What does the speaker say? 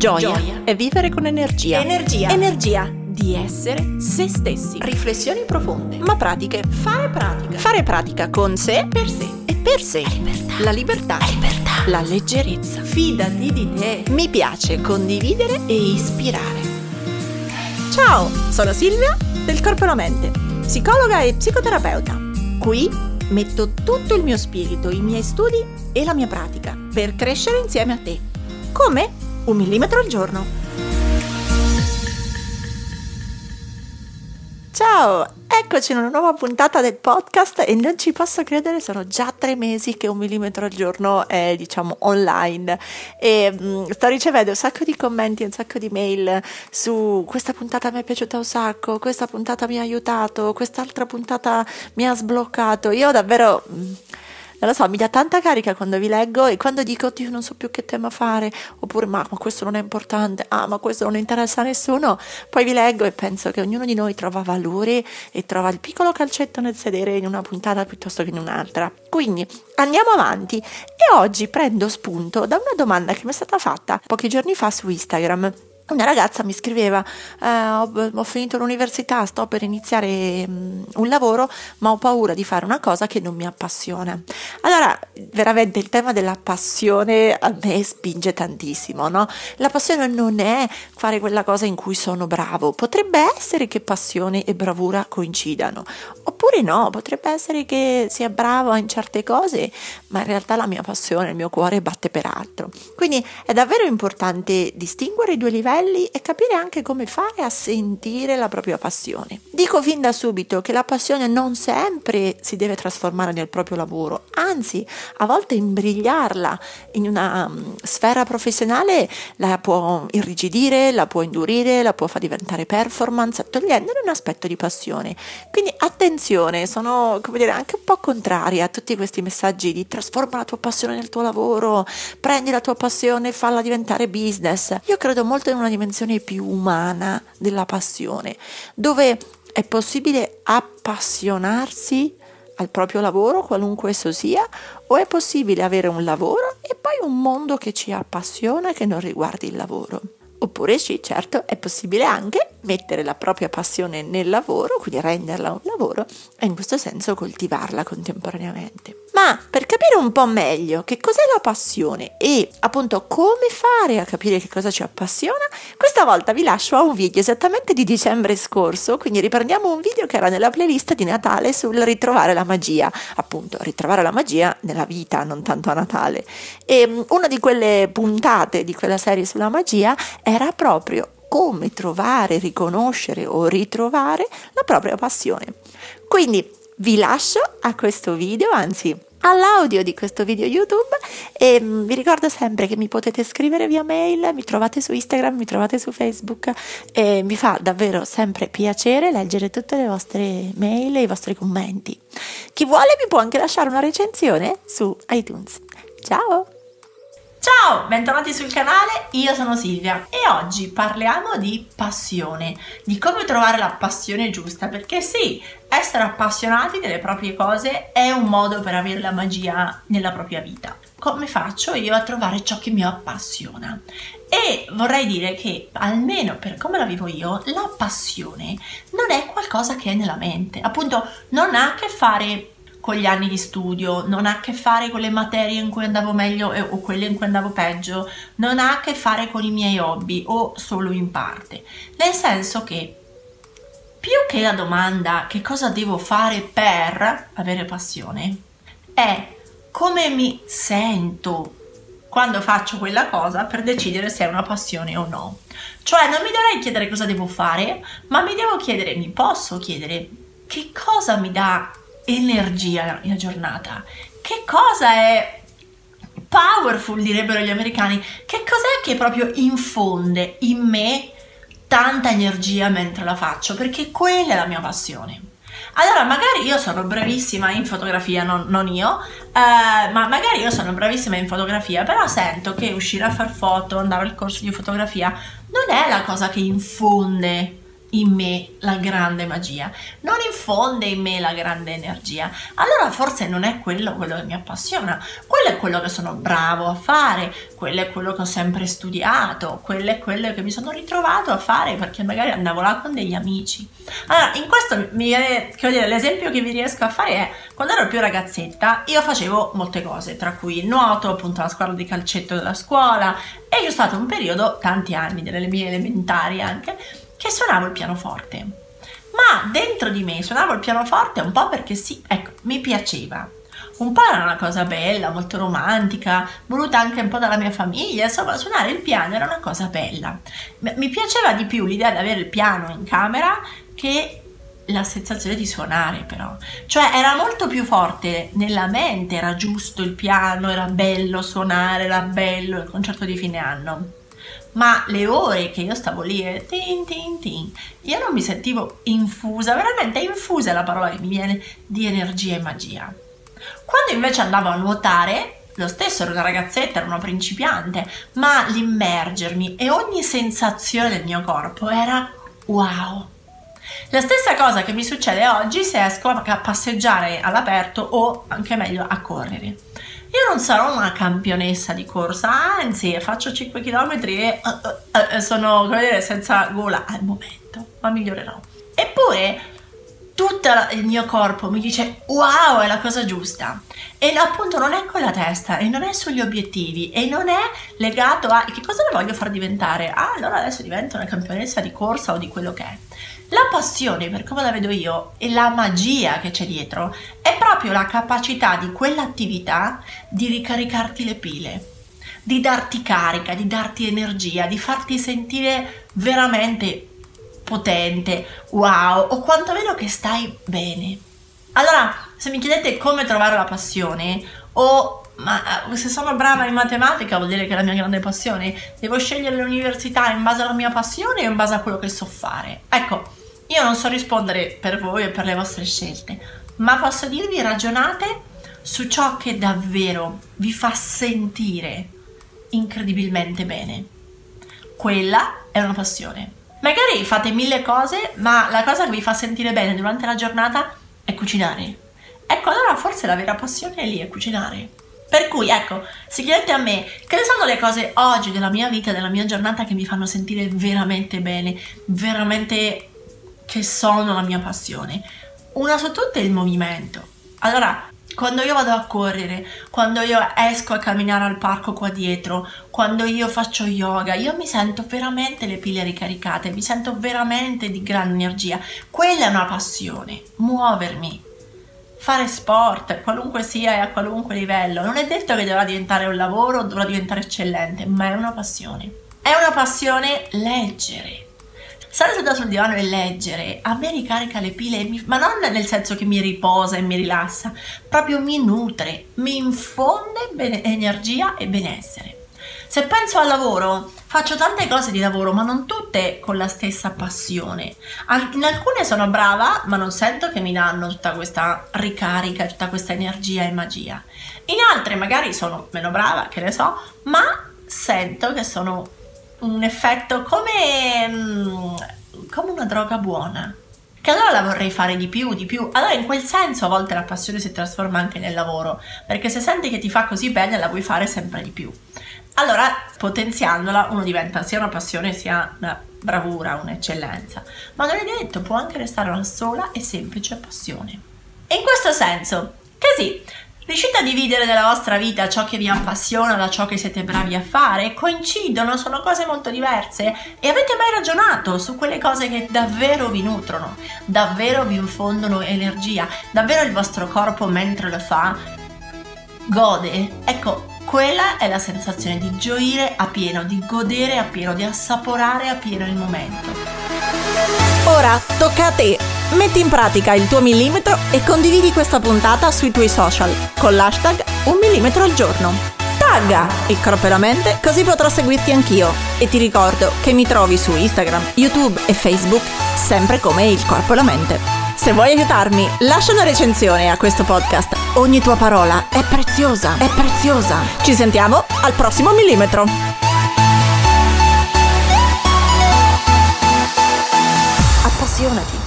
Gioia è vivere con energia. Energia di essere se stessi. Riflessioni profonde, ma pratiche. Fare pratica con sé, Per sé. e per sé. La libertà. La leggerezza. Fidati di te. Mi piace condividere e ispirare. Ciao, sono Silvia del Corpo e la Mente, psicologa e psicoterapeuta. Qui metto tutto il mio spirito, i miei studi e la mia pratica per crescere insieme a te. Come? 1 millimetro al giorno. Ciao, eccoci in una nuova puntata del podcast e non ci posso credere, sono già 3 mesi che 1 millimetro al giorno è, online e sto ricevendo un sacco di commenti, un sacco di mail su questa puntata mi è piaciuta un sacco, questa puntata mi ha aiutato, quest'altra puntata mi ha sbloccato. Io davvero... non lo so, mi dà tanta carica quando vi leggo e quando dico oddio non so più che tema fare, oppure ma questo non è importante, ma questo non interessa a nessuno, poi vi leggo e penso che ognuno di noi trova valore e trova il piccolo calcetto nel sedere in una puntata piuttosto che in un'altra. Quindi andiamo avanti e oggi prendo spunto da una domanda che mi è stata fatta pochi giorni fa su Instagram. Una ragazza mi scriveva ho finito l'università, sto per iniziare un lavoro, ma ho paura di fare una cosa che non mi appassiona. Allora, veramente il tema della passione a me spinge tantissimo, no? La passione non è fare quella cosa in cui sono bravo, potrebbe essere che passione e bravura coincidano, oppure no, potrebbe essere che sia brava in certe cose, ma in realtà la mia passione, il mio cuore batte per altro. Quindi è davvero importante distinguere i due livelli e capire anche come fare a sentire la propria passione. Dico fin da subito che la passione non sempre si deve trasformare nel proprio lavoro, anzi a volte imbrigliarla in una sfera professionale la può irrigidire, la può indurire, la può far diventare performance, togliendone un aspetto di passione. Quindi attenzione, sono anche un po' contraria a tutti questi messaggi di trasforma la tua passione nel tuo lavoro, prendi la tua passione e falla diventare business. Io credo molto in una dimensione più umana della passione, dove è possibile appassionarsi al proprio lavoro, qualunque esso sia, o è possibile avere un lavoro e poi un mondo che ci appassiona e che non riguardi il lavoro. Oppure sì, certo, è possibile anche mettere la propria passione nel lavoro, quindi renderla un lavoro, e in questo senso coltivarla contemporaneamente. Ma per capire un po' meglio che cos'è la passione e appunto come fare a capire che cosa ci appassiona, questa volta vi lascio a un video esattamente di dicembre scorso, quindi riprendiamo un video che era nella playlist di Natale sul ritrovare la magia, appunto ritrovare la magia nella vita, non tanto a Natale. E una di quelle puntate di quella serie sulla magia era proprio come trovare, riconoscere o ritrovare la propria passione. Quindi vi lascio a questo video, anzi all'audio di questo video YouTube, e vi ricordo sempre che mi potete scrivere via mail, mi trovate su Instagram, mi trovate su Facebook e mi fa davvero sempre piacere leggere tutte le vostre mail e i vostri commenti. Chi vuole mi può anche lasciare una recensione su iTunes. Ciao! Ciao, bentornati sul canale, io sono Silvia e oggi parliamo di passione, di come trovare la passione giusta, perché sì, essere appassionati delle proprie cose è un modo per avere la magia nella propria vita. Come faccio io a trovare ciò che mi appassiona? E vorrei dire che, almeno per come la vivo io, la passione non è qualcosa che è nella mente, appunto non ha a che fare con gli anni di studio, non ha a che fare con le materie in cui andavo meglio o quelle in cui andavo peggio, non ha a che fare con i miei hobby o solo in parte, nel senso che più che la domanda che cosa devo fare per avere passione è come mi sento quando faccio quella cosa per decidere se è una passione o no. Cioè non mi dovrei chiedere cosa devo fare, ma mi posso chiedere che cosa mi dà energia nella giornata, che cosa è powerful, direbbero gli americani, che cos'è che proprio infonde in me tanta energia mentre la faccio, perché quella è la mia passione. Allora magari io sono bravissima in fotografia, non io, ma magari io sono bravissima in fotografia, però sento che uscire a far foto, andare al corso di fotografia non è la cosa che infonde in me la grande magia, non infonde in me la grande energia, allora forse non è quello che mi appassiona, quello è quello che sono bravo a fare, quello è quello che ho sempre studiato, quello è quello che mi sono ritrovato a fare perché magari andavo là con degli amici. Allora, in questo l'esempio che vi riesco a fare è quando ero più ragazzetta io facevo molte cose, tra cui il nuoto, appunto la squadra di calcetto della scuola, e io ho stato un periodo, tanti anni, delle mie elementari anche, che suonavo il pianoforte. Ma dentro di me suonavo il pianoforte un po' perché sì, ecco, mi piaceva. Un po' era una cosa bella, molto romantica, voluta anche un po' dalla mia famiglia, insomma suonare il piano era una cosa bella. Mi piaceva di più l'idea di avere il piano in camera che la sensazione di suonare, però. Cioè era molto più forte nella mente, era giusto il piano, era bello suonare, era bello il concerto di fine anno. Ma le ore che io stavo lì e tin tin tin, io non mi sentivo infusa, veramente infusa è la parola che mi viene, di energia e magia. Quando invece andavo a nuotare, lo stesso, ero una ragazzetta, ero una principiante, ma l'immergermi e ogni sensazione del mio corpo era wow. La stessa cosa che mi succede oggi se esco a passeggiare all'aperto o, anche meglio, a correre. Io non sarò una campionessa di corsa, anzi faccio 5 km e sono, come dire, senza gola al momento, ma migliorerò. Eppure tutto il mio corpo mi dice wow, è la cosa giusta, e appunto non è con la testa e non è sugli obiettivi e non è legato a che cosa ne voglio far diventare, allora adesso divento una campionessa di corsa o di quello che è. La passione, per come la vedo io, e la magia che c'è dietro è proprio la capacità di quell'attività di ricaricarti le pile, di darti carica, di darti energia, di farti sentire veramente potente, wow, o quantomeno che stai bene. Allora, se mi chiedete come trovare la passione o ma se sono brava in matematica vuol dire che è la mia grande passione, devo scegliere l'università in base alla mia passione o in base a quello che so fare? Ecco, io non so rispondere per voi e per le vostre scelte, ma posso dirvi ragionate su ciò che davvero vi fa sentire incredibilmente bene. Quella è una passione. Magari fate 1000 cose, ma la cosa che vi fa sentire bene durante la giornata è cucinare. Ecco, allora forse la vera passione è lì, è cucinare. Per cui, ecco, se chiedete a me che sono le cose oggi della mia vita, della mia giornata che mi fanno sentire veramente bene, veramente che sono la mia passione, una su tutte è il movimento. Allora, quando io vado a correre, quando io esco a camminare al parco qua dietro, quando io faccio yoga, io mi sento veramente le pile ricaricate, mi sento veramente di grande energia. Quella è una passione, muovermi, fare sport, qualunque sia e a qualunque livello. Non è detto che dovrà diventare un lavoro o dovrà diventare eccellente, ma è una passione. È una passione leggere. Stare seduta sul divano e leggere a me ricarica le pile, ma non nel senso che mi riposa e mi rilassa, proprio mi nutre, mi infonde energia e benessere. Se penso al lavoro, faccio tante cose di lavoro, ma non tutte con la stessa passione. In alcune sono brava, ma non sento che mi danno tutta questa ricarica, tutta questa energia e magia. In altre magari sono meno brava, che ne so, ma sento che sono un effetto come una droga buona, che allora la vorrei fare di più. Allora in quel senso a volte la passione si trasforma anche nel lavoro, perché se senti che ti fa così bene la vuoi fare sempre di più. Allora potenziandola uno diventa sia una passione sia una bravura, un'eccellenza, ma non è detto, può anche restare una sola e semplice passione. E in questo senso, che sì, riuscite a dividere nella vostra vita ciò che vi appassiona da ciò che siete bravi a fare? Coincidono? Sono cose molto diverse? E avete mai ragionato su quelle cose che davvero vi nutrono, davvero vi infondono energia, davvero il vostro corpo mentre lo fa gode? Ecco, quella è la sensazione di gioire a pieno, di godere a pieno, di assaporare a pieno il momento. Ora tocca a te. Metti in pratica il tuo millimetro e condividi questa puntata sui tuoi social con l'hashtag 1 millimetro al giorno. Tagga il corpo e la mente, così potrò seguirti anch'io. E ti ricordo che mi trovi su Instagram, YouTube e Facebook sempre come il corpo e la mente. Se vuoi aiutarmi, lascia una recensione a questo podcast. Ogni tua parola è preziosa, è preziosa. Ci sentiamo al prossimo millimetro. appassionati.